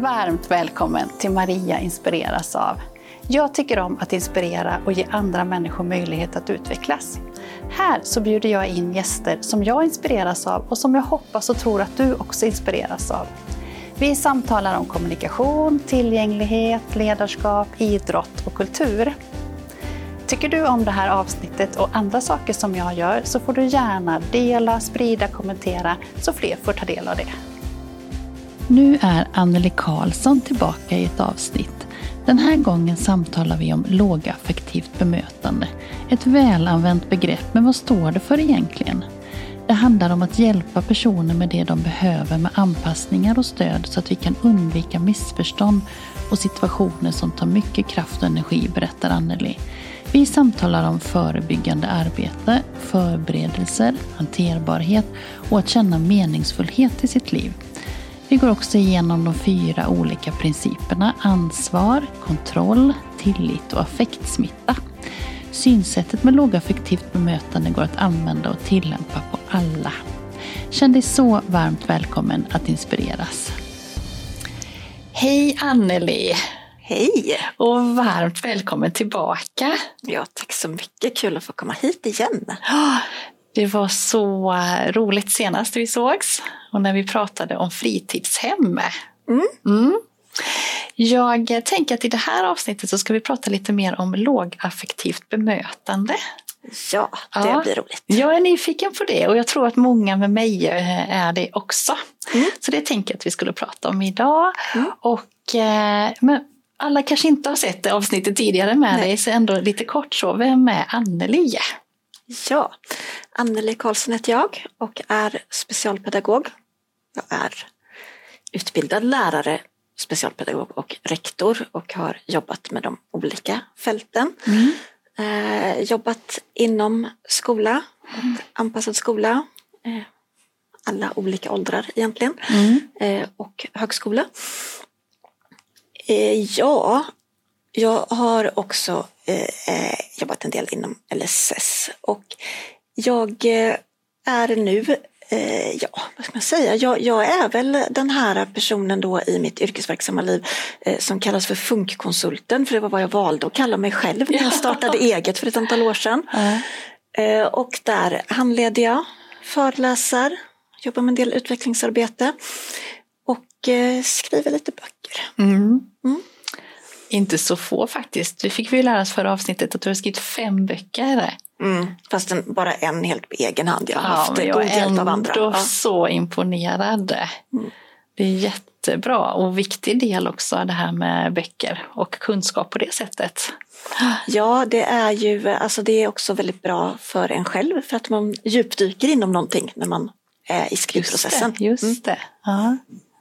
Varmt välkommen till Maria inspireras av. Jag tycker om att inspirera och ge andra människor möjlighet att utvecklas. Här så bjuder jag in gäster som jag inspireras av och som jag hoppas och tror att du också inspireras av. Vi samtalar om kommunikation, tillgänglighet, ledarskap, idrott och kultur. Tycker du om det här avsnittet och andra saker som jag gör så får du gärna dela, sprida, kommentera så fler får ta del av det. Nu är Anneli Karlsson tillbaka i ett avsnitt. Den här gången samtalar vi om lågaffektivt bemötande. Ett välanvänt begrepp, men vad står det för egentligen? Det handlar om att hjälpa personer med det de behöver med anpassningar och stöd så att vi kan undvika missförstånd och situationer som tar mycket kraft och energi, berättar Anneli. Vi samtalar om förebyggande arbete, förberedelser, hanterbarhet och att känna meningsfullhet i sitt liv. Vi går också igenom de 4 olika principerna: ansvar, kontroll, tillit och affektsmitta. Synsättet med lågaffektivt bemötande går att använda och tillämpa på alla. Känn dig så varmt välkommen att inspireras. Hej Anneli! Hej! Och varmt välkommen tillbaka. Ja, tack så mycket. Kul att få komma hit igen. Det var så roligt senast vi sågs och när vi pratade om fritidshem. Jag tänker att i det här avsnittet så ska vi prata lite mer om lågaffektivt bemötande. Ja, det blir roligt. Jag är nyfiken på det och jag tror att många med mig är det också. Så det tänker jag att vi skulle prata om idag. Men alla kanske inte har sett det avsnittet tidigare med dig, så ändå lite kort så. Vem är Anneli? Ja, Anneli Karlsson heter jag och är specialpedagog. Jag är utbildad lärare, specialpedagog och rektor och har jobbat med de olika fälten. Jobbat inom skola och anpassad skola, alla olika åldrar egentligen, och högskola. Jag har också jobbat en del inom LSS och jag är nu, vad ska man säga, jag är väl den här personen då i mitt yrkesverksamma liv som kallas för funkkonsulten, för det var vad jag valde att kalla mig själv när jag startade eget för ett antal år sedan. Och där handleder jag, föreläser, jobbar med en del utvecklingsarbete och skriver lite böcker. Inte så få faktiskt. Vi fick ju lära oss förra avsnittet att du har skrivit 5 böcker. Fast bara en helt på egen hand. Jag har haft god hjälp av andra. Jag är ändå så imponerad. Det är jättebra och viktig del också det här med böcker och kunskap på det sättet. Ja, det är ju, alltså det är också väldigt bra för en själv för att man djupdyker inom någonting när man är i skrivprocessen. Just det. Ja.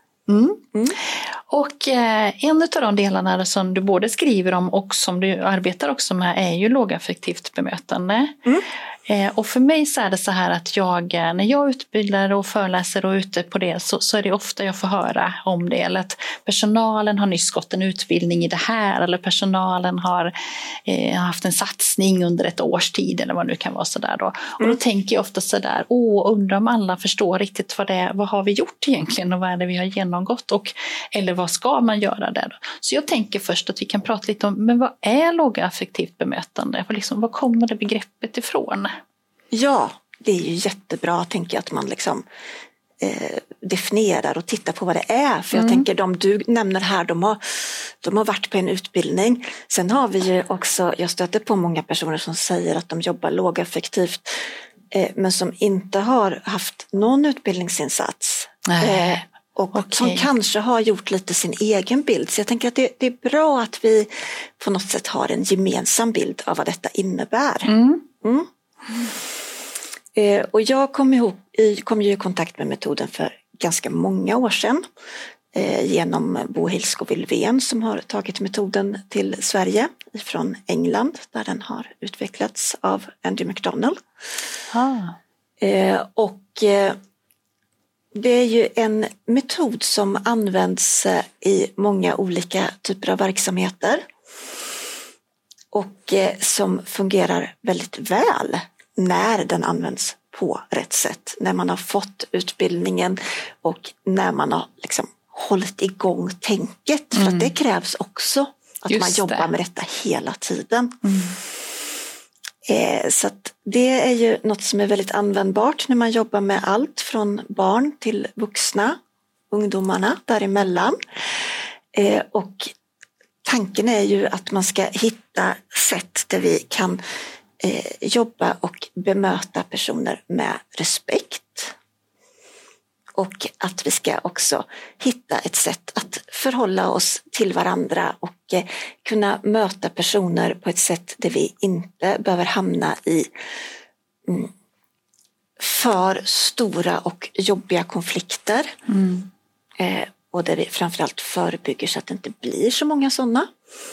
Och en av de delarna som du både skriver om och som du arbetar också med är ju lågaffektivt bemötande. Och för mig så är det så här att när jag utbildar och föreläser och ute på det så är det ofta jag får höra om det. Eller att personalen har nyss gått en utbildning i det här, eller personalen har haft en satsning under ett års tid eller vad det nu kan vara sådär då. Och då tänker jag ofta sådär, undrar om alla förstår riktigt vad har vi gjort egentligen och vad är det vi har genomgått eller vad ska man göra där då? Så jag tänker först att vi kan prata lite om, men vad är lågaffektivt bemötande? Var kommer det begreppet ifrån? Ja, det är ju jättebra, tänker jag, att man liksom definierar och tittar på vad det är. För jag tänker, de du nämner här, de har varit på en utbildning. Sen har vi ju också, jag stöter på många personer som säger att de jobbar lågaffektivt men som inte har haft någon utbildningsinsats. Som kanske har gjort lite sin egen bild. Så jag tänker att det är bra att vi på något sätt har en gemensam bild av vad detta innebär. Och jag kom ju i kontakt med metoden för ganska många år sedan genom Bo Hilskov Wilvén som har tagit metoden till Sverige från England där den har utvecklats av Andy McDonald. Det är ju en metod som används i många olika typer av verksamheter och som fungerar väldigt väl när den används på rätt sätt. När man har fått utbildningen och när man har liksom hållit igång tänket. För att det krävs också att Just man jobbar det. med detta hela tiden. Så att det är ju något som är väldigt användbart när man jobbar med allt från barn till vuxna, ungdomarna däremellan. Och tanken är ju att man ska hitta sätt där vi kan jobba och bemöta personer med respekt. Och att vi ska också hitta ett sätt att förhålla oss till varandra och kunna möta personer på ett sätt där vi inte behöver hamna i för stora och jobbiga konflikter. Och där vi framförallt förebygger så att det inte blir så många sådana.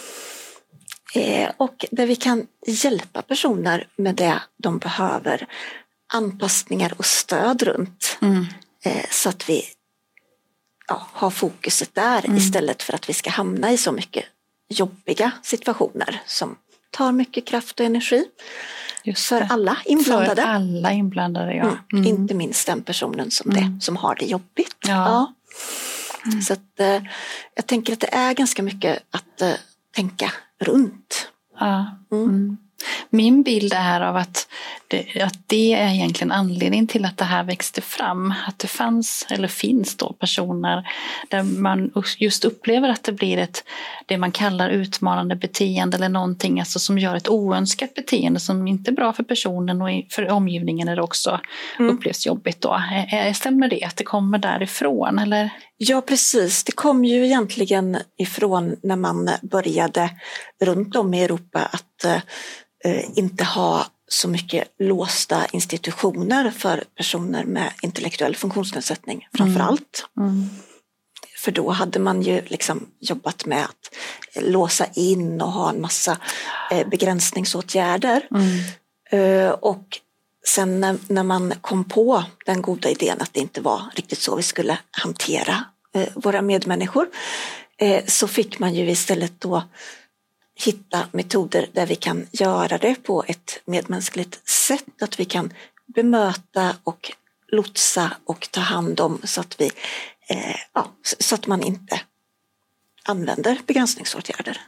Och där vi kan hjälpa personer med det de behöver, anpassningar och stöd runt. Så att vi har fokuset där istället för att vi ska hamna i så mycket jobbiga situationer som tar mycket kraft och energi. För alla inblandade. För alla inblandade, ja. Inte minst den personen som har det jobbigt. Ja. Så att, jag tänker att det är ganska mycket att tänka runt. Ja. Min bild är av att det är egentligen anledningen till att det här växte fram. Att det fanns eller finns då personer där man just upplever att det blir det man kallar utmanande beteende eller någonting alltså som gör ett oönskat beteende som inte är bra för personen och för omgivningen är det också upplevs jobbigt då. Stämmer det att det kommer därifrån eller? Ja, precis. Det kom ju egentligen ifrån när man började runt om i Europa att inte ha så mycket låsta institutioner för personer med intellektuell funktionsnedsättning framför allt. För då hade man ju liksom jobbat med att låsa in och ha en massa begränsningsåtgärder. Och sen när man kom på den goda idén att det inte var riktigt så vi skulle hantera våra medmänniskor så fick man ju istället då hitta metoder där vi kan göra det på ett medmänskligt sätt. Att vi kan bemöta och lotsa och ta hand om så att, så att man inte använder begränsningsåtgärder.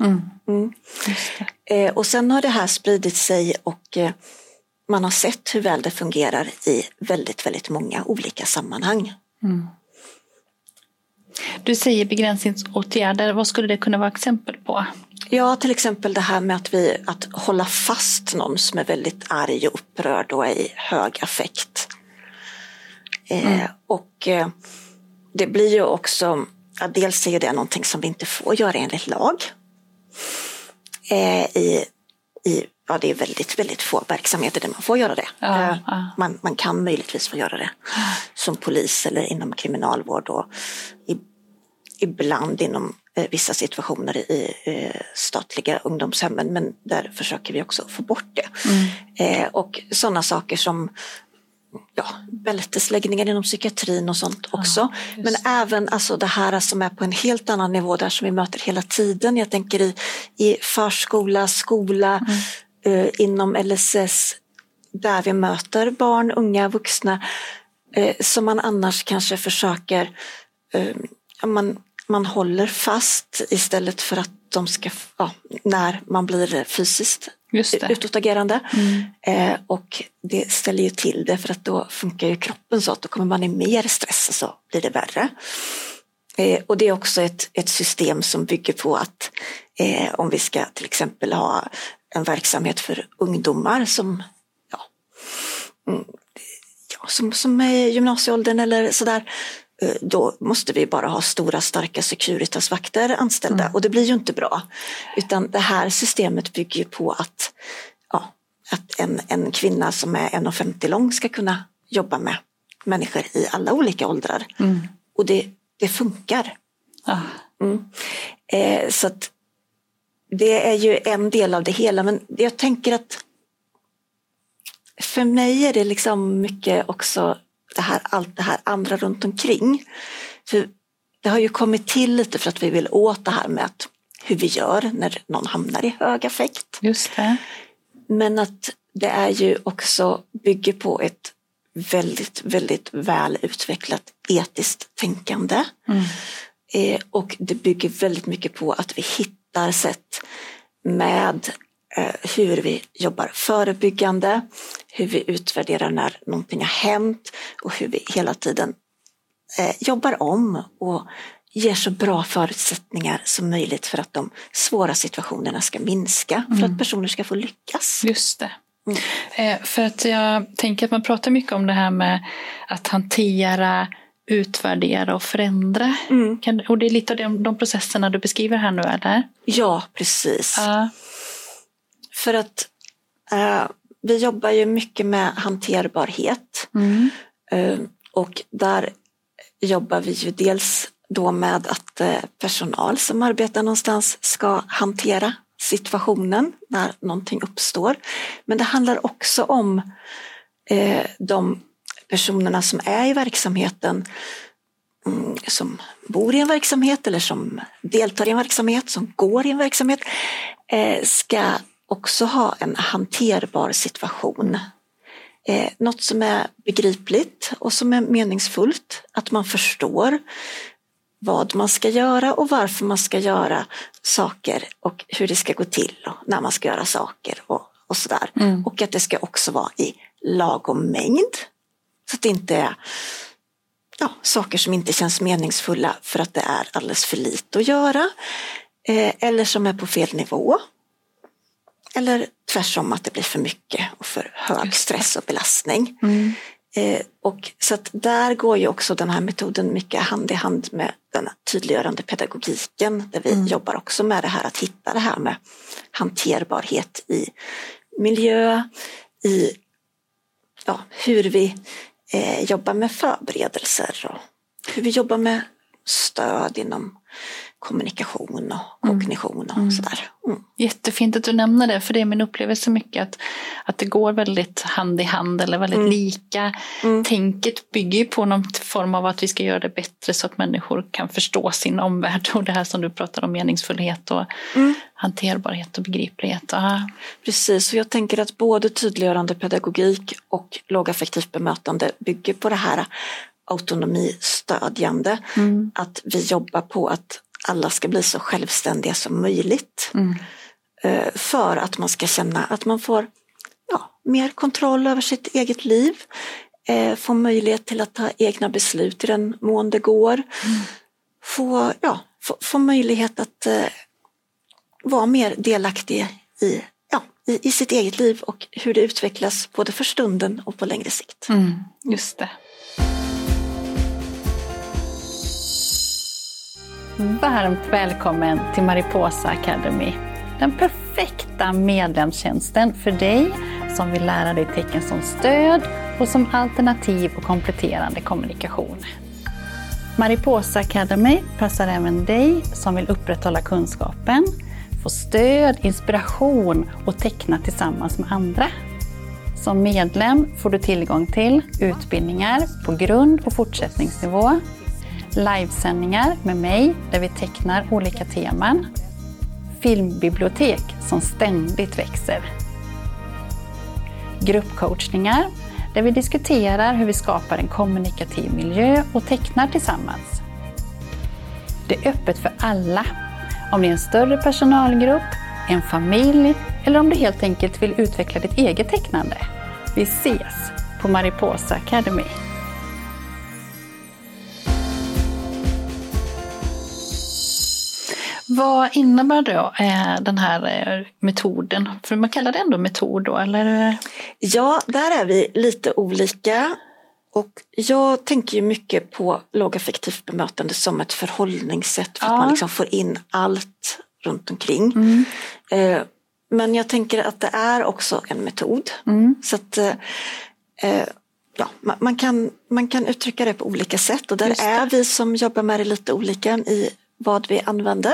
Och sen har det här spridit sig och man har sett hur väl det fungerar i väldigt, väldigt många olika sammanhang. Du säger begränsningsåtgärder, vad skulle det kunna vara exempel på? Ja, till exempel det här med att hålla fast någon som är väldigt arg och upprörd och är i hög affekt. Och det blir ju också, dels är det någonting som vi inte får göra enligt lag. Det är väldigt, väldigt få verksamheter där man får göra det. Man kan möjligtvis få göra det som polis eller inom kriminalvård och ibland inom vissa situationer i statliga ungdomshemmen, men där försöker vi också få bort det. Och sådana saker som bältesläggningar inom psykiatrin och sånt också. Men även alltså det här som är på en helt annan nivå där som vi möter hela tiden. Jag tänker i förskola, skola, inom LSS där vi möter barn, unga, vuxna som man annars kanske försöker man håller fast istället för att de ska, när man blir fysiskt utåtagerande. Och det ställer ju till det för att då funkar ju kroppen så att då kommer man i mer stress och så blir det värre. Och det är också ett system som bygger på att om vi ska till exempel ha en verksamhet för ungdomar som som är i gymnasieåldern eller sådär, då måste vi bara ha stora starka Securitas-vakter anställda och det blir ju inte bra. Utan det här systemet bygger ju på att en kvinna som är 1,50 lång ska kunna jobba med människor i alla olika åldrar. Och det funkar. Så att det är ju en del av det hela, men jag tänker att för mig är det liksom mycket också allt det här andra runt omkring. För det har ju kommit till lite för att vi vill åt det här med hur vi gör när någon hamnar i hög affekt. Just det. Men att det är ju också bygger på ett väldigt, väldigt väl utvecklat etiskt tänkande. Och det bygger väldigt mycket på att vi hittar sätt med hur vi jobbar förebyggande, hur vi utvärderar när någonting har hänt och hur vi hela tiden jobbar om och ger så bra förutsättningar som möjligt för att de svåra situationerna ska minska, för att personer ska få lyckas. Just det. För att jag tänker att man pratar mycket om det här med att hantera, utvärdera och förändra. Och det är lite av de processerna du beskriver här nu, eller? Ja, precis. För att vi jobbar ju mycket med hanterbarhet. Och där jobbar vi ju dels då med att personal som arbetar någonstans ska hantera situationen när någonting uppstår. Men det handlar också om de personerna som är i verksamheten, som bor i en verksamhet eller som deltar i en verksamhet, som går i en verksamhet, ska också ha en hanterbar situation. Något som är begripligt och som är meningsfullt, att man förstår vad man ska göra och varför man ska göra saker och hur det ska gå till och när man ska göra saker och sådär. Och att det ska också vara i lagom mängd, så att det inte är saker som inte känns meningsfulla för att det är alldeles för lite att göra, eller som är på fel nivå, eller tvärsom att det blir för mycket och för hög stress och belastning. Och så att där går ju också den här metoden mycket hand i hand med den tydliggörande pedagogiken, där vi jobbar också med det här att hitta det här med hanterbarhet i miljö, i hur vi jobbar med förberedelser och hur vi jobbar med stöd inom kommunikation och kognition och sådär. Jättefint att du nämner det, för det är min upplevelse mycket att det går väldigt hand i hand eller väldigt lika. Tänket bygger ju på någon form av att vi ska göra det bättre så att människor kan förstå sin omvärld, och det här som du pratar om, meningsfullhet och hanterbarhet och begriplighet. Precis, och jag tänker att både tydliggörande pedagogik och lågaffektivt bemötande bygger på det här autonomistödjande, att vi jobbar på att alla ska bli så självständiga som möjligt, för att man ska känna att man får mer kontroll över sitt eget liv, få möjlighet till att ta egna beslut i den mån det går, få möjlighet att vara mer delaktig i sitt eget liv och hur det utvecklas både för stunden och på längre sikt. Just det. Varmt välkommen till Mariposa Academy. Den perfekta medlemstjänsten för dig som vill lära dig tecken som stöd och som alternativ och kompletterande kommunikation. Mariposa Academy passar även dig som vill upprätthålla kunskapen, få stöd, inspiration och teckna tillsammans med andra. Som medlem får du tillgång till utbildningar på grund- och fortsättningsnivå, livesändningar med mig där vi tecknar olika teman, filmbibliotek som ständigt växer, gruppcoachningar där vi diskuterar hur vi skapar en kommunikativ miljö och tecknar tillsammans. Det är öppet för alla, om det är en större personalgrupp, en familj eller om du helt enkelt vill utveckla ditt eget tecknande. Vi ses på Mariposa Academy. Vad innebär då den här metoden? För man kallar det ändå metod då, eller? Ja, där är vi lite olika. Och jag tänker ju mycket på lågaffektivt bemötande som ett förhållningssätt för att man liksom får in allt runt omkring. Men jag tänker att det är också en metod. Så att man kan uttrycka det på olika sätt. Och där är vi som jobbar med det lite olika i vad vi använder.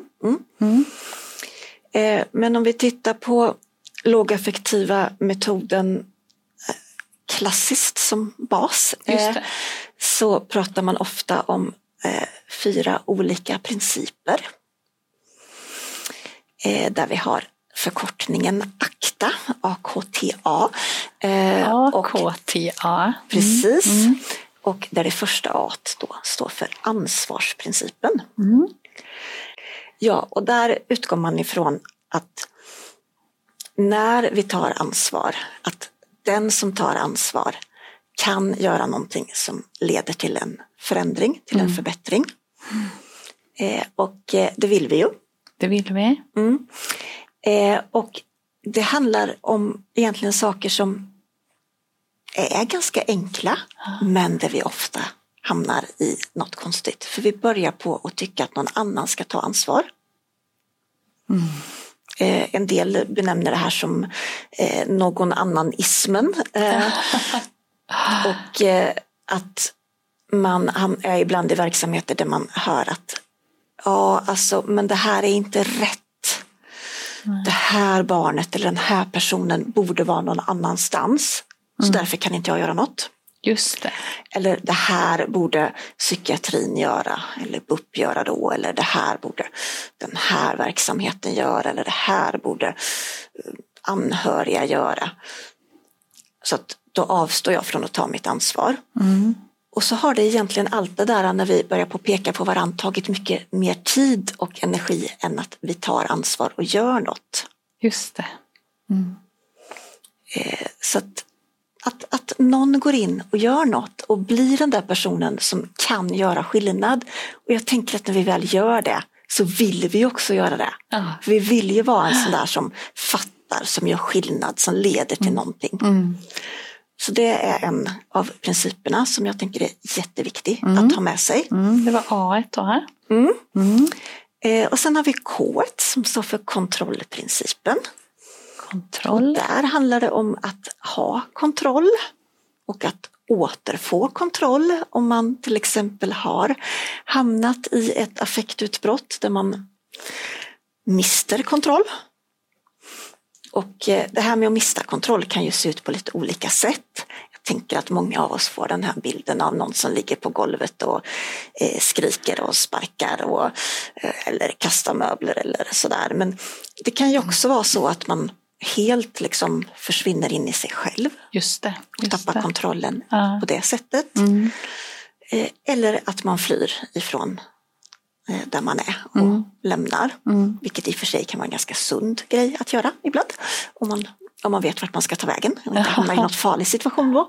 Men om vi tittar på lågaffektiva metoden klassiskt som bas, så pratar man ofta om 4 olika principer. Där vi har förkortningen ACTA, AKTA. AKTA. Precis. Och där det första A då står för ansvarsprincipen. Ja, och där utgår man ifrån att när vi tar ansvar, att den som tar ansvar kan göra någonting som leder till en förändring, till en förbättring. Och det vill vi ju. Det vill vi. Och det handlar om egentligen saker som är ganska enkla, men där vi ofta hamnar i något konstigt. För vi börjar på att tycka att någon annan ska ta ansvar. En del benämner det här som någon annan-ismen. Och att man är ibland i verksamheter där man hör att men det här är inte rätt. Det här barnet eller den här personen borde vara någon annanstans. Så därför kan inte jag göra något. Just det. Eller det här borde psykiatrin göra, eller BUP göra då, eller det här borde den här verksamheten göra, eller det här borde anhöriga göra. Så att då avstår jag från att ta mitt ansvar. Och så har det egentligen allt det där när vi börjar på peka på varandra tagit mycket mer tid och energi än att vi tar ansvar och gör något. Just det. Så att någon går in och gör något och blir den där personen som kan göra skillnad. Och jag tänker att när vi väl gör det så vill vi också göra det. För vi vill ju vara en sån där som fattar, som gör skillnad, som leder till någonting. Så det är en av principerna som jag tänker är jätteviktig att ha med sig. Det var A1 då här. Och sen har vi K som står för kontrollprincipen. Kontroll. Och där handlar det om att ha kontroll och att återfå kontroll om man till exempel har hamnat i ett affektutbrott där man mister kontroll. Och det här med att mista kontroll kan ju se ut på lite olika sätt. Jag tänker att många av oss får den här bilden av någon som ligger på golvet och skriker och sparkar eller kastar möbler eller sådär. Men det kan ju också vara så att man helt liksom försvinner in i sig själv. Just det. Och tappar kontrollen på det sättet. Eller att man flyr ifrån där man är och lämnar. Vilket i och för sig kan vara en ganska sund grej att göra ibland. Om man vet vart man ska ta vägen. Om man inte hamnar i något farlig situation då.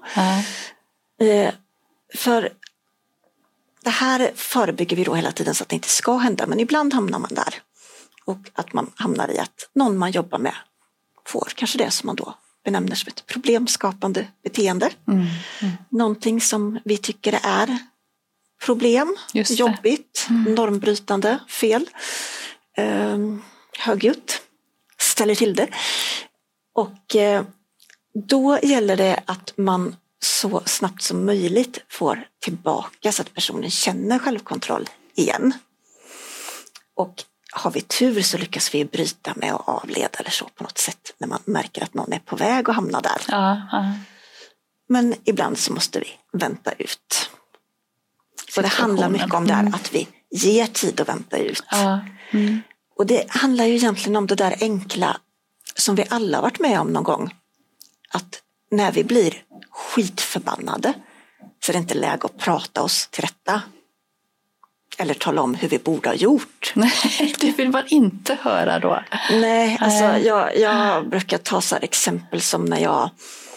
För det här förebygger vi då hela tiden så att det inte ska hända. Men ibland hamnar man där. Och att man hamnar i att någon man jobbar med får kanske det som man då benämner som ett problemskapande beteende. Någonting som vi tycker är problem, jobbigt, normbrytande, fel, högljutt, ställer till det. Och då gäller det att man så snabbt som möjligt får tillbaka så att personen känner självkontroll igen. Och har vi tur så lyckas vi bryta med att avleda eller så på något sätt när man märker att någon är på väg att hamna där. Men ibland så måste vi vänta ut. Så det handlar mycket om det här att vi ger tid att vänta ut. Och det handlar ju egentligen om det där enkla som vi alla har varit med om någon gång. Att när vi blir skitförbannade så är det inte läge att prata oss till rätta. Eller tala om hur vi borde ha gjort. Nej, det vill man inte höra då. Nej, alltså jag brukar ta så här exempel som när jag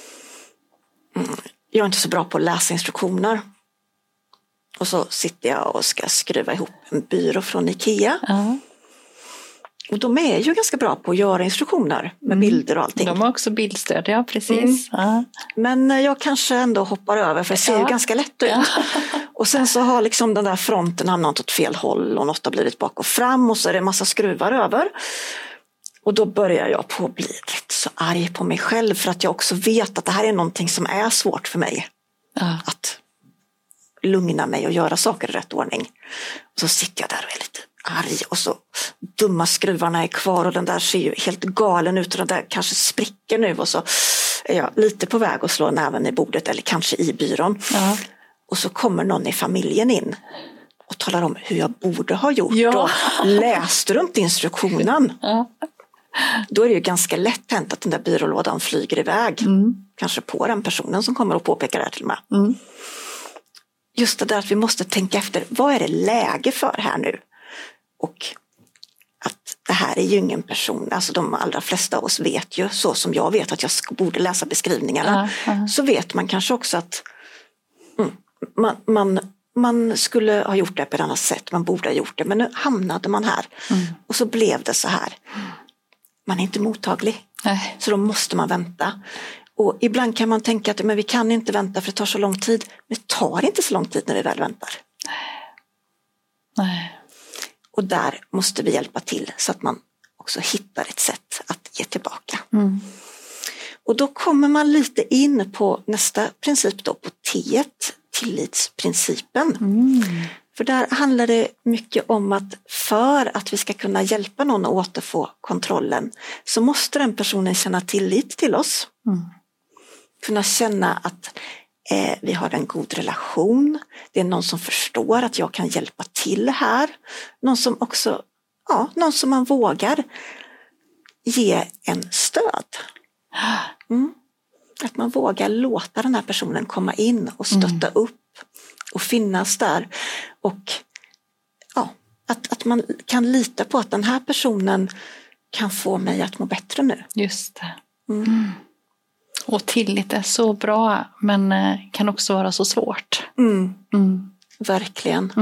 är inte så bra på att läsa instruktioner. Och så sitter jag och ska skruva ihop en byrå från Ikea. Och de är ju ganska bra på att göra instruktioner med bilder och allting. De har också bildstöd, ja precis. Men jag kanske ändå hoppar över för det ser ju ganska lätt ut. Och sen så har liksom den där fronten hamnat åt fel håll och något har blivit bak och fram och så är det en massa skruvar över. Och då börjar jag på att bli rätt så arg på mig själv för att jag också vet att det här är någonting som är svårt för mig. Att lugna mig och göra saker i rätt ordning. Och så sitter jag där och är lite arg och så dumma skruvarna är kvar och den där ser ju helt galen ut och den där kanske spricker nu och så är jag lite på väg att slå näven i bordet eller kanske i byrån. Och så kommer någon i familjen in och talar om hur jag borde ha gjort och läste runt instruktionen. Då är det ju ganska lätt hänt att den där byrålådan flyger iväg. Kanske på den personen som kommer och påpekar det här till mig. just det där att vi måste tänka efter, vad är det läge för här nu? Och att det här är ju ingen person, alltså de allra flesta av oss vet ju, så som jag vet att jag borde läsa beskrivningarna, så vet man kanske också att man skulle ha gjort det på ett annat sätt, man borde ha gjort det, men nu hamnade man här och så blev det så här. Man är inte mottaglig, så då måste man vänta. Och ibland kan man tänka att men vi kan inte vänta för det tar så lång tid, men det tar inte så lång tid när vi väl väntar. Nej. Och där måste vi hjälpa till så att man också hittar ett sätt att ge tillbaka. Och då kommer man lite in på nästa princip då, på T, tillitsprincipen. För där handlar det mycket om att för att vi ska kunna hjälpa någon att återfå kontrollen så måste den personen känna tillit till oss. Kunna känna att vi har en god relation. Det är någon som förstår att jag kan hjälpa till här. Någon som också, någon som man vågar ge en stöd. Att man vågar låta den här personen komma in och stötta upp och finnas där. Och att man kan lita på att den här personen kan få mig att må bättre nu. Just det. Och tillit är så bra, men kan också vara så svårt. Verkligen.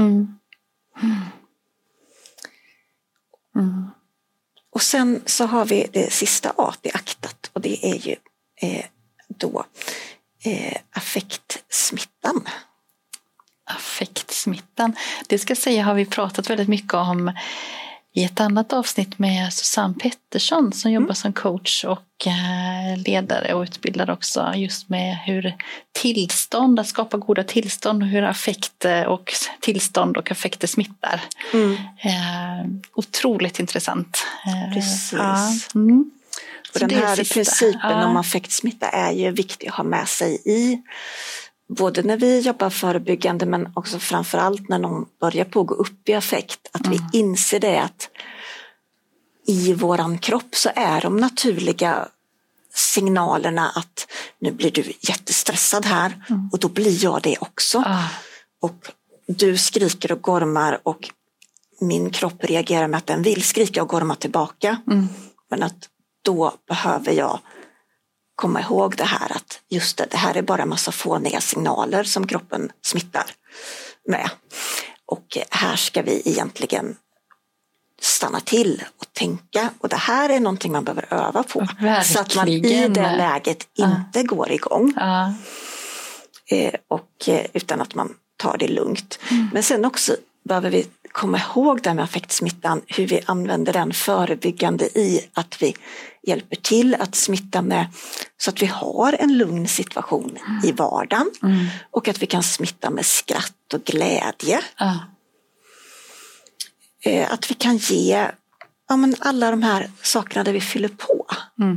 Och sen så har vi det sista A i aktat, och det är ju då affektsmittan. Affektsmittan. Det ska säga har vi pratat väldigt mycket om i ett annat avsnitt med Susanne Pettersson som jobbar som coach och ledare och utbildare också, just med hur tillstånd, att skapa goda tillstånd och hur affekt och tillstånd och affekter smittar. Otroligt intressant. Precis. Och Så den här principen om affektsmitta är ju viktig att ha med sig i både när vi jobbar förebyggande, men också framförallt när någon börjar på att gå upp i affekt, att vi inser det att i våran kropp så är de naturliga signalerna att nu blir du jättestressad här och då blir jag det också. Och du skriker och gormar och min kropp reagerar med att den vill skrika och gorma tillbaka. Men att då behöver jag komma ihåg det här att just det här är bara en massa fåniga signaler som kroppen smittar med. Och här ska vi egentligen stanna till och tänka, och det här är någonting man behöver öva på. Verkligen. Så att man i det läget inte går igång. Utan att man tar det lugnt. Men sen också behöver vi komma ihåg det med affektsmittan, hur vi använder den förebyggande i att vi hjälper till att smitta med så att vi har en lugn situation i vardagen och att vi kan smitta med skratt och glädje. Att vi kan ge alla de här sakerna där vi fyller på.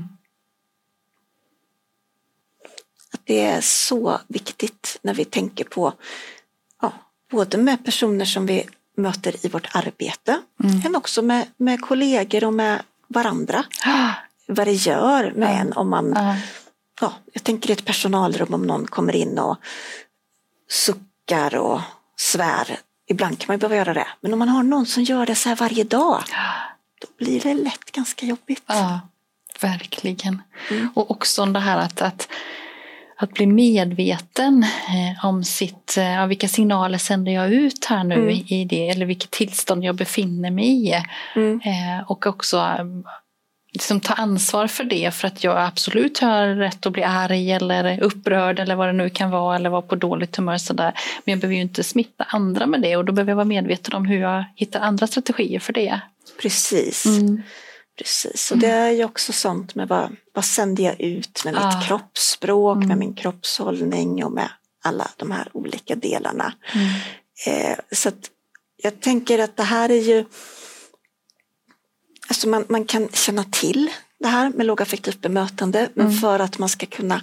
Att det är så viktigt när vi tänker på både med personer som vi möter i vårt arbete, men också med kollegor och med varandra. Vad det gör med en om man, jag tänker i ett personalrum om någon kommer in och suckar och svär. Ibland kan man ju behöva göra det, men om man har någon som gör det så här varje dag, då blir det lätt ganska jobbigt. Ja, verkligen. Och också det här att bli medveten om vilka signaler sänder jag ut här nu i det, eller vilket tillstånd jag befinner mig i. Och också liksom ta ansvar för det, för att jag absolut har rätt att bli arg eller upprörd eller vad det nu kan vara, eller vara på dåligt humör sådär. Men jag behöver ju inte smitta andra med det, och då behöver jag vara medveten om hur jag hittar andra strategier för det. Precis. Precis, och det är ju också sånt med vad sänder jag ut med mitt kroppsspråk, med min kroppshållning och med alla de här olika delarna. Så att jag tänker att det här är ju, alltså man kan känna till det här med lågaffektivt bemötande, men för att man ska kunna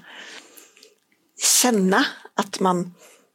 känna att man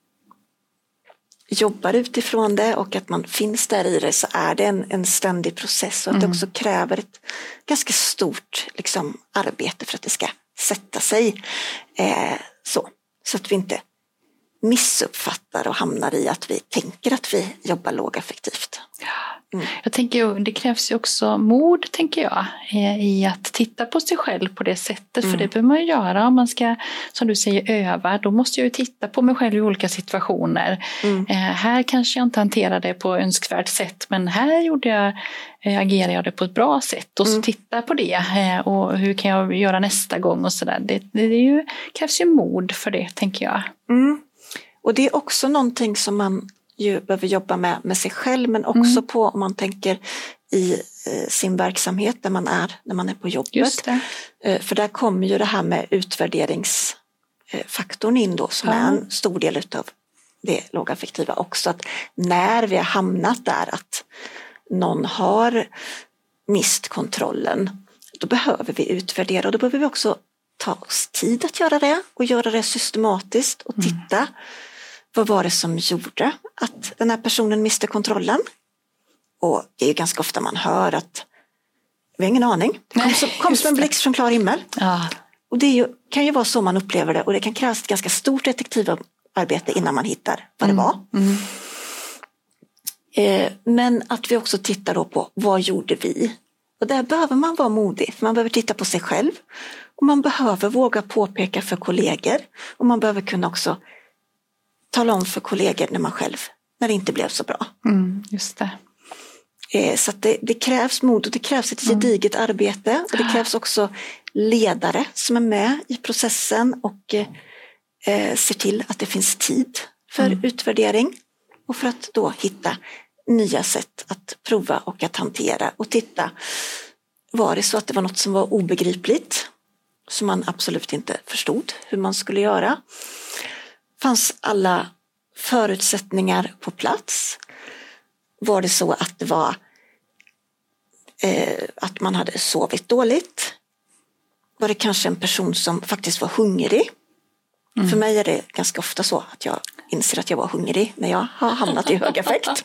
jobbar utifrån det och att man finns där i det, så är det en ständig process, och att det också kräver ett ganska stort arbete för att det ska sätta sig så att vi inte missuppfattar och hamnar i att vi tänker att vi jobbar lågaffektivt. Jag tänker det krävs ju också mod, tänker jag, i att titta på sig själv på det sättet. För det behöver man ju göra om man ska, som du säger, öva. Då måste jag ju titta på mig själv i olika situationer. Här kanske jag inte hanterade det på önskvärt sätt, men här agerade jag det på ett bra sätt. Och så titta på det och hur kan jag göra nästa gång och sådär. Det krävs ju mod för det, tänker jag. Och det är också någonting som man ju behöver jobba med sig själv, men också på om man tänker i sin verksamhet när man är på jobbet. Just det. För där kommer ju det här med utvärderingsfaktorn in då, som är en stor del utav det lågaffektiva också. Att när vi har hamnat där att någon har mist kontrollen, då behöver vi utvärdera, och då behöver vi också ta oss tid att göra det och göra det systematiskt och titta. Vad var det som gjorde att den här personen miste kontrollen? Och det är ju ganska ofta man hör att vi har ingen aning. Det kom som en blixt från klar himmel. Ja. Och det kan ju vara så man upplever det. Och det kan krävas ett ganska stort detektivarbete innan man hittar vad det var. Men att vi också tittar då på vad gjorde vi? Och där behöver man vara modig. För man behöver titta på sig själv. Och man behöver våga påpeka för kollegor. Och man behöver kunna också tala om för kollegor när det inte blev så bra. Just det. Så att det krävs mod och det krävs ett gediget arbete. Och det krävs också ledare som är med i processen och ser till att det finns tid för utvärdering. Och för att då hitta nya sätt att prova och att hantera och titta. Var det så att det var något som var obegripligt, som man absolut inte förstod hur man skulle göra? Fanns alla förutsättningar på plats? Var det så att det var att man hade sovit dåligt? Var det kanske en person som faktiskt var hungrig? För mig är det ganska ofta så att jag inser att jag var hungrig när jag har hamnat i hög affekt.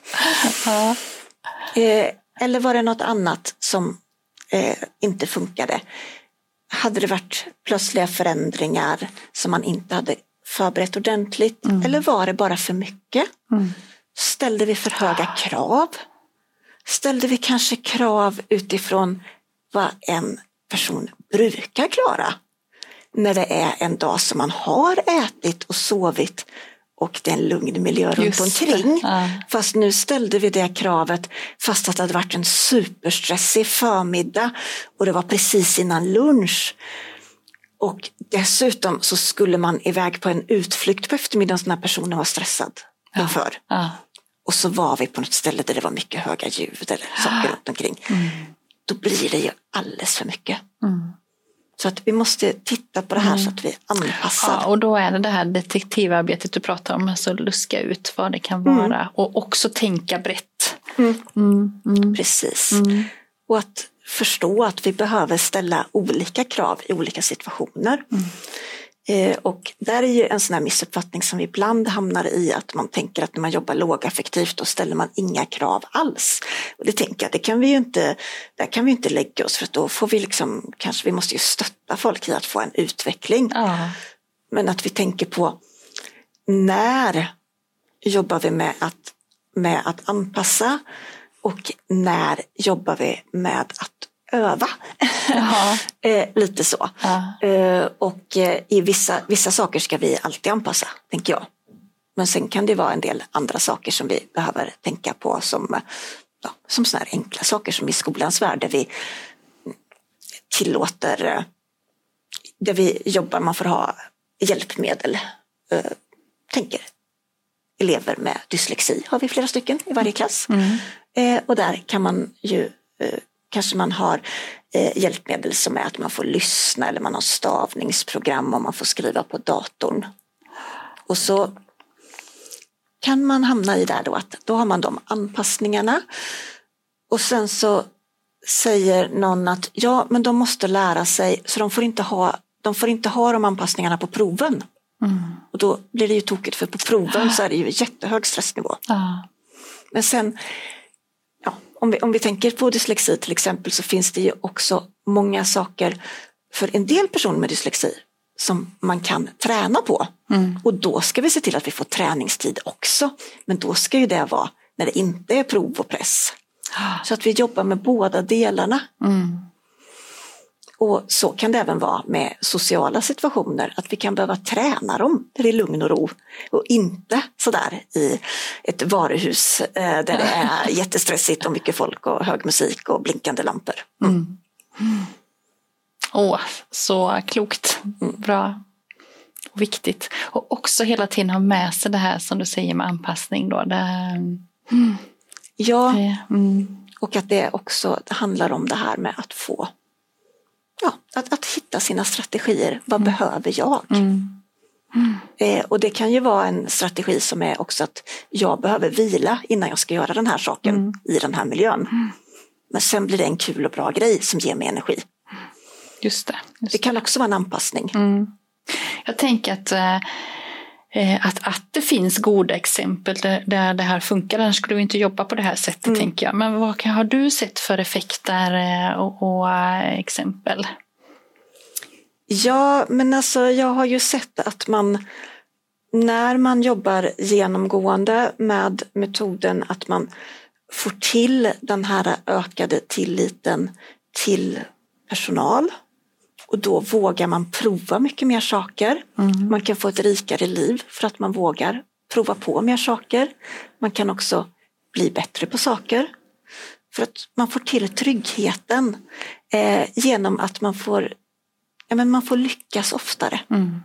Eller var det något annat som inte funkade? Hade det varit plötsliga förändringar som man inte hade förberett ordentligt? Eller var det bara för mycket? Ställde vi för höga krav? Ställde vi kanske krav utifrån vad en person brukar klara? När det är en dag som man har ätit och sovit och det är en lugn miljö runt omkring. Fast nu ställde vi det kravet fast att det hade varit en superstressig förmiddag och det var precis innan lunch. Och dessutom så skulle man iväg på en utflykt på eftermiddagen när personen var stressad inför. Och så var vi på något ställe där det var mycket höga ljud eller saker runt omkring. Då blir det ju alldeles för mycket. Så att vi måste titta på det här så att vi anpassar. Ja, och då är det här detektivarbetet du pratar om. Alltså luska ut vad det kan vara. Och också tänka brett. Precis. Och att förstå att vi behöver ställa olika krav i olika situationer. Och där är ju en sån här missuppfattning som vi ibland hamnar i, att man tänker att när man jobbar lågaffektivt då ställer man inga krav alls. Och det tänker jag, där kan vi inte lägga oss, för att då får vi kanske vi måste ju stötta folk i att få en utveckling. Men att vi tänker på när jobbar vi med att anpassa och när jobbar vi med att öva. Lite så. Och i vissa saker ska vi alltid anpassa, tänker jag. Men sen kan det vara en del andra saker som vi behöver tänka på som såna här enkla saker som i skolans värld, där vi tillåter, där vi jobbar, man får ha hjälpmedel. Tänker elever med dyslexi har vi flera stycken i varje klass. Och där kan man ju kanske man har hjälpmedel som är att man får lyssna, eller man har stavningsprogram och man får skriva på datorn. Och så kan man hamna i där då att då har man de anpassningarna. Och sen så säger någon att men de måste lära sig, så de får inte ha de anpassningarna på proven. Och då blir det ju tokigt, för på proven så är det ju jättehög stressnivå. Men sen om vi tänker på dyslexi till exempel, så finns det ju också många saker för en del personer med dyslexi som man kan träna på. Och då ska vi se till att vi får träningstid också. Men då ska ju det vara när det inte är prov och press. Så att vi jobbar med båda delarna. Och så kan det även vara med sociala situationer, att vi kan behöva träna dem i lugn och ro och inte sådär i ett varuhus där det är jättestressigt och mycket folk och hög musik och blinkande lampor. Så klokt, bra och viktigt. Och också hela tiden ha med sig det här som du säger med anpassning då. Ja, och att det också handlar om det här med att få att hitta sina strategier. Vad behöver jag? Och det kan ju vara en strategi som är också att jag behöver vila innan jag ska göra den här saken i den här miljön. Men sen blir det en kul och bra grej som ger mig energi. Just det. Det kan också vara en anpassning. Jag tänker att det finns goda exempel där det här funkar. Annars skulle vi inte jobba på det här sättet, tänker jag. Men vad har du sett för effekter och exempel? Ja, men alltså jag har ju sett att när man jobbar genomgående med metoden, att man får till den här ökade tilliten till personal. Och då vågar man prova mycket mer saker. Man kan få ett rikare liv för att man vågar prova på mer saker. Man kan också bli bättre på saker. För att man får till tryggheten genom att man får lyckas oftare.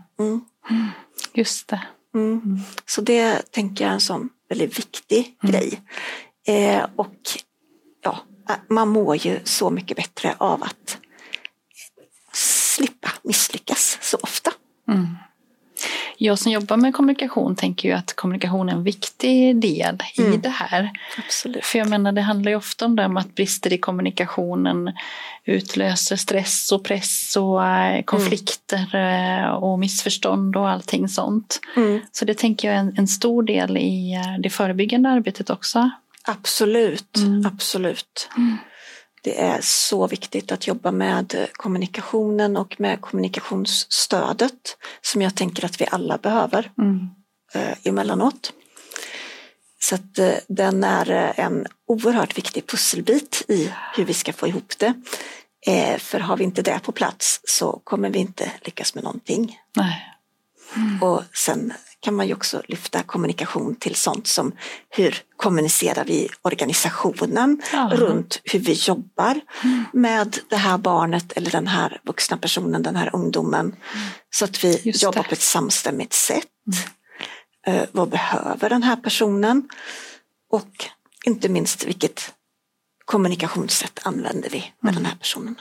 Just det. Så det tänker jag är en sån väldigt viktig grej. Och man mår ju så mycket bättre av att slippa misslyckas så ofta. Jag som jobbar med kommunikation tänker ju att kommunikation är en viktig del i det här. Absolut. För jag menar, det handlar ju ofta om det om att brister i kommunikationen utlöser stress och press och konflikter och missförstånd och allting sånt. Så det tänker jag är en stor del i det förebyggande arbetet också. Absolut, absolut. Det är så viktigt att jobba med kommunikationen och med kommunikationsstödet som jag tänker att vi alla behöver emellanåt. Så att den är en oerhört viktig pusselbit i hur vi ska få ihop det. För har vi inte det på plats så kommer vi inte lyckas med någonting. Nej. Och sen kan man ju också lyfta kommunikation till sånt som hur kommunicerar vi organisationen runt hur vi jobbar med det här barnet eller den här vuxna personen, den här ungdomen. Så att vi jobbar på ett samstämmigt sätt. Vad behöver den här personen? Och inte minst vilket kommunikationssätt använder vi med den här personen.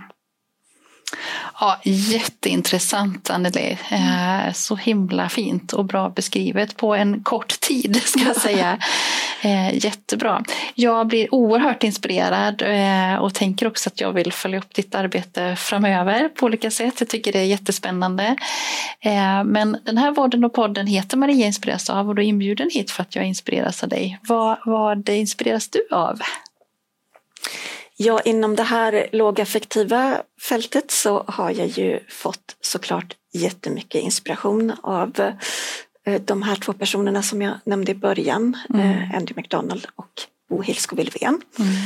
Ja, jätteintressant, Anneli. Så himla fint och bra beskrivet på en kort tid, ska jag säga. Jättebra. Jag blir oerhört inspirerad och tänker också att jag vill följa upp ditt arbete framöver på olika sätt. Jag tycker det är jättespännande. Men den här vården och podden heter Maria inspireras av och då är inbjuden hit för att jag inspireras av dig. Vad inspireras du av? Ja, inom det här lågaffektiva fältet så har jag ju fått såklart jättemycket inspiration av de här två personerna som jag nämnde i början, Andy McDonald och Bo Hilsko-Wilvén.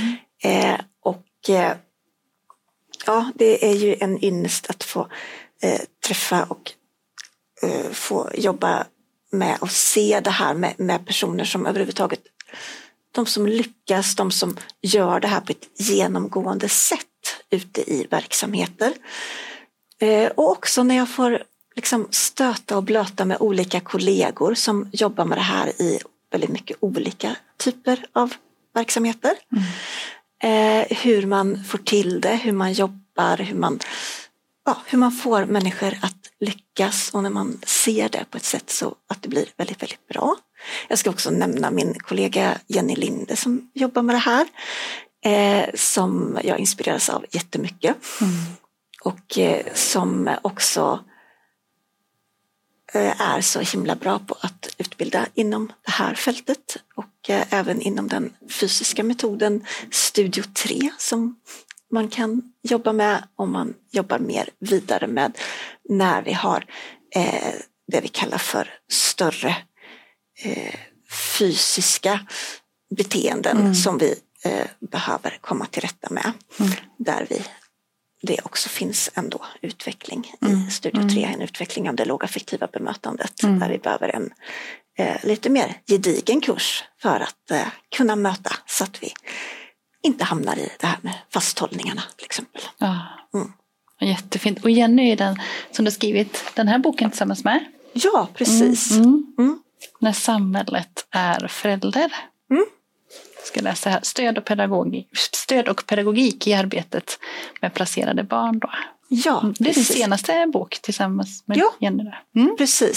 Det är ju en ynnest att få träffa och få jobba med och se det här med personer som överhuvudtaget, de som lyckas, de som gör det här på ett genomgående sätt ute i verksamheter. Och också när jag får liksom stöta och blöta med olika kollegor som jobbar med det här i väldigt mycket olika typer av verksamheter. Hur man får till det, hur man jobbar, hur man får människor att lyckas och när man ser det på ett sätt så att det blir väldigt, väldigt bra. Jag ska också nämna min kollega Jenny Linde som jobbar med det här. Som jag inspireras av jättemycket. Och som också är så himla bra på att utbilda inom det här fältet. Och även inom den fysiska metoden Studio 3 som man kan jobba med om man jobbar mer vidare med när vi har det vi kallar för större fysiska beteenden som vi behöver komma till rätta med. Där det också finns ändå utveckling i Studio 3, en utveckling av det lågaffektiva bemötandet där vi behöver en lite mer gedigen kurs för att kunna möta så att vi inte hamnar i det här med fasthållningarna till exempel. Jättefint. Och Jenny är den som du skrivit den här boken tillsammans med. Ja, precis. När samhället är förälder. Ska läsa här. Stöd och pedagogik i arbetet med placerade barn då. Ja, det är din senaste bok tillsammans med Jenny. Precis.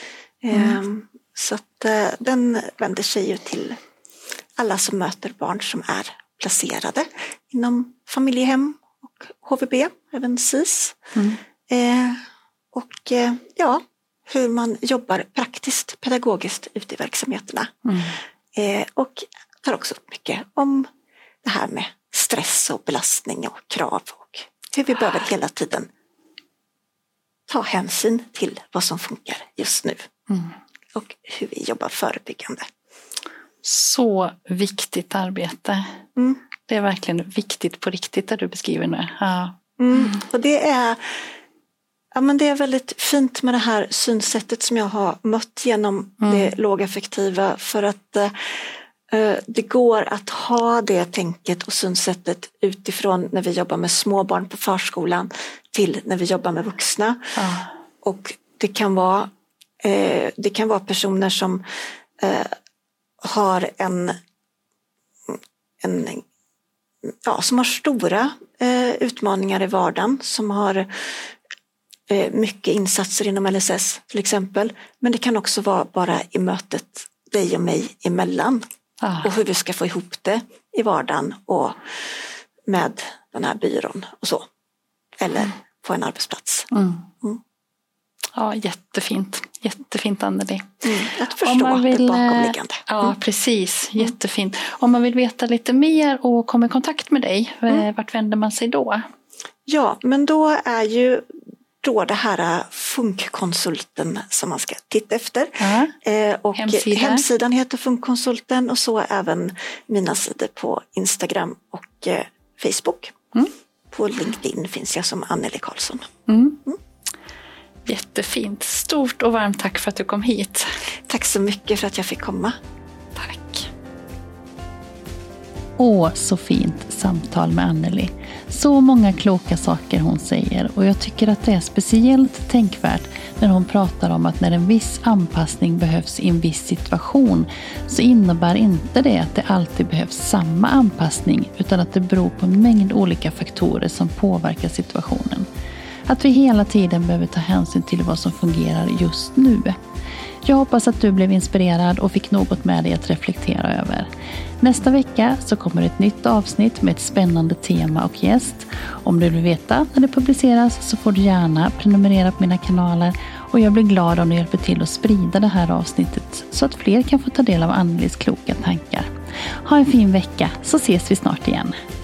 Så att den vänder sig ju till alla som möter barn som är placerade inom familjehem och HVB, även SIS. Och hur man jobbar praktiskt, pedagogiskt ute i verksamheterna. Och tar också upp mycket om det här med stress och belastning och krav och hur vi behöver hela tiden ta hänsyn till vad som funkar just nu och hur vi jobbar förebyggande. Så viktigt arbete. Det är verkligen viktigt på riktigt det du beskriver nu. Och det är väldigt fint med det här synsättet som jag har mött genom det lågaffektiva, för att det går att ha det tänket och synsättet utifrån när vi jobbar med småbarn på förskolan till när vi jobbar med vuxna. Och det kan vara personer som har som har stora utmaningar i vardagen, som har mycket insatser inom LSS till exempel. Men det kan också vara bara i mötet dig och mig emellan. Och hur vi ska få ihop det i vardagen och med den här byrån och så. Eller på en arbetsplats. Ja, jättefint. Jättefint, Anneli. Att förstå det bakomliggande. Ja, precis. Jättefint. Om man vill veta lite mer och komma i kontakt med dig, vart vänder man sig då? Ja, men då är ju det här Funkkonsulten som man ska titta efter. Och hemsidan heter Funkkonsulten, och så även mina sidor på Instagram och Facebook. På LinkedIn finns jag som Anneli Karlsson. Jättefint. Stort och varmt tack för att du kom hit. Tack så mycket för att jag fick komma. Tack. Så fint samtal med Anneli. Så många kloka saker hon säger, och jag tycker att det är speciellt tänkvärt när hon pratar om att när en viss anpassning behövs i en viss situation, så innebär inte det att det alltid behövs samma anpassning, utan att det beror på en mängd olika faktorer som påverkar situationen. Att vi hela tiden behöver ta hänsyn till vad som fungerar just nu. Jag hoppas att du blev inspirerad och fick något med dig att reflektera över. Nästa vecka så kommer ett nytt avsnitt med ett spännande tema och gäst. Om du vill veta när det publiceras så får du gärna prenumerera på mina kanaler, och jag blir glad om du hjälper till att sprida det här avsnittet så att fler kan få ta del av Annelis kloka tankar. Ha en fin vecka, så ses vi snart igen.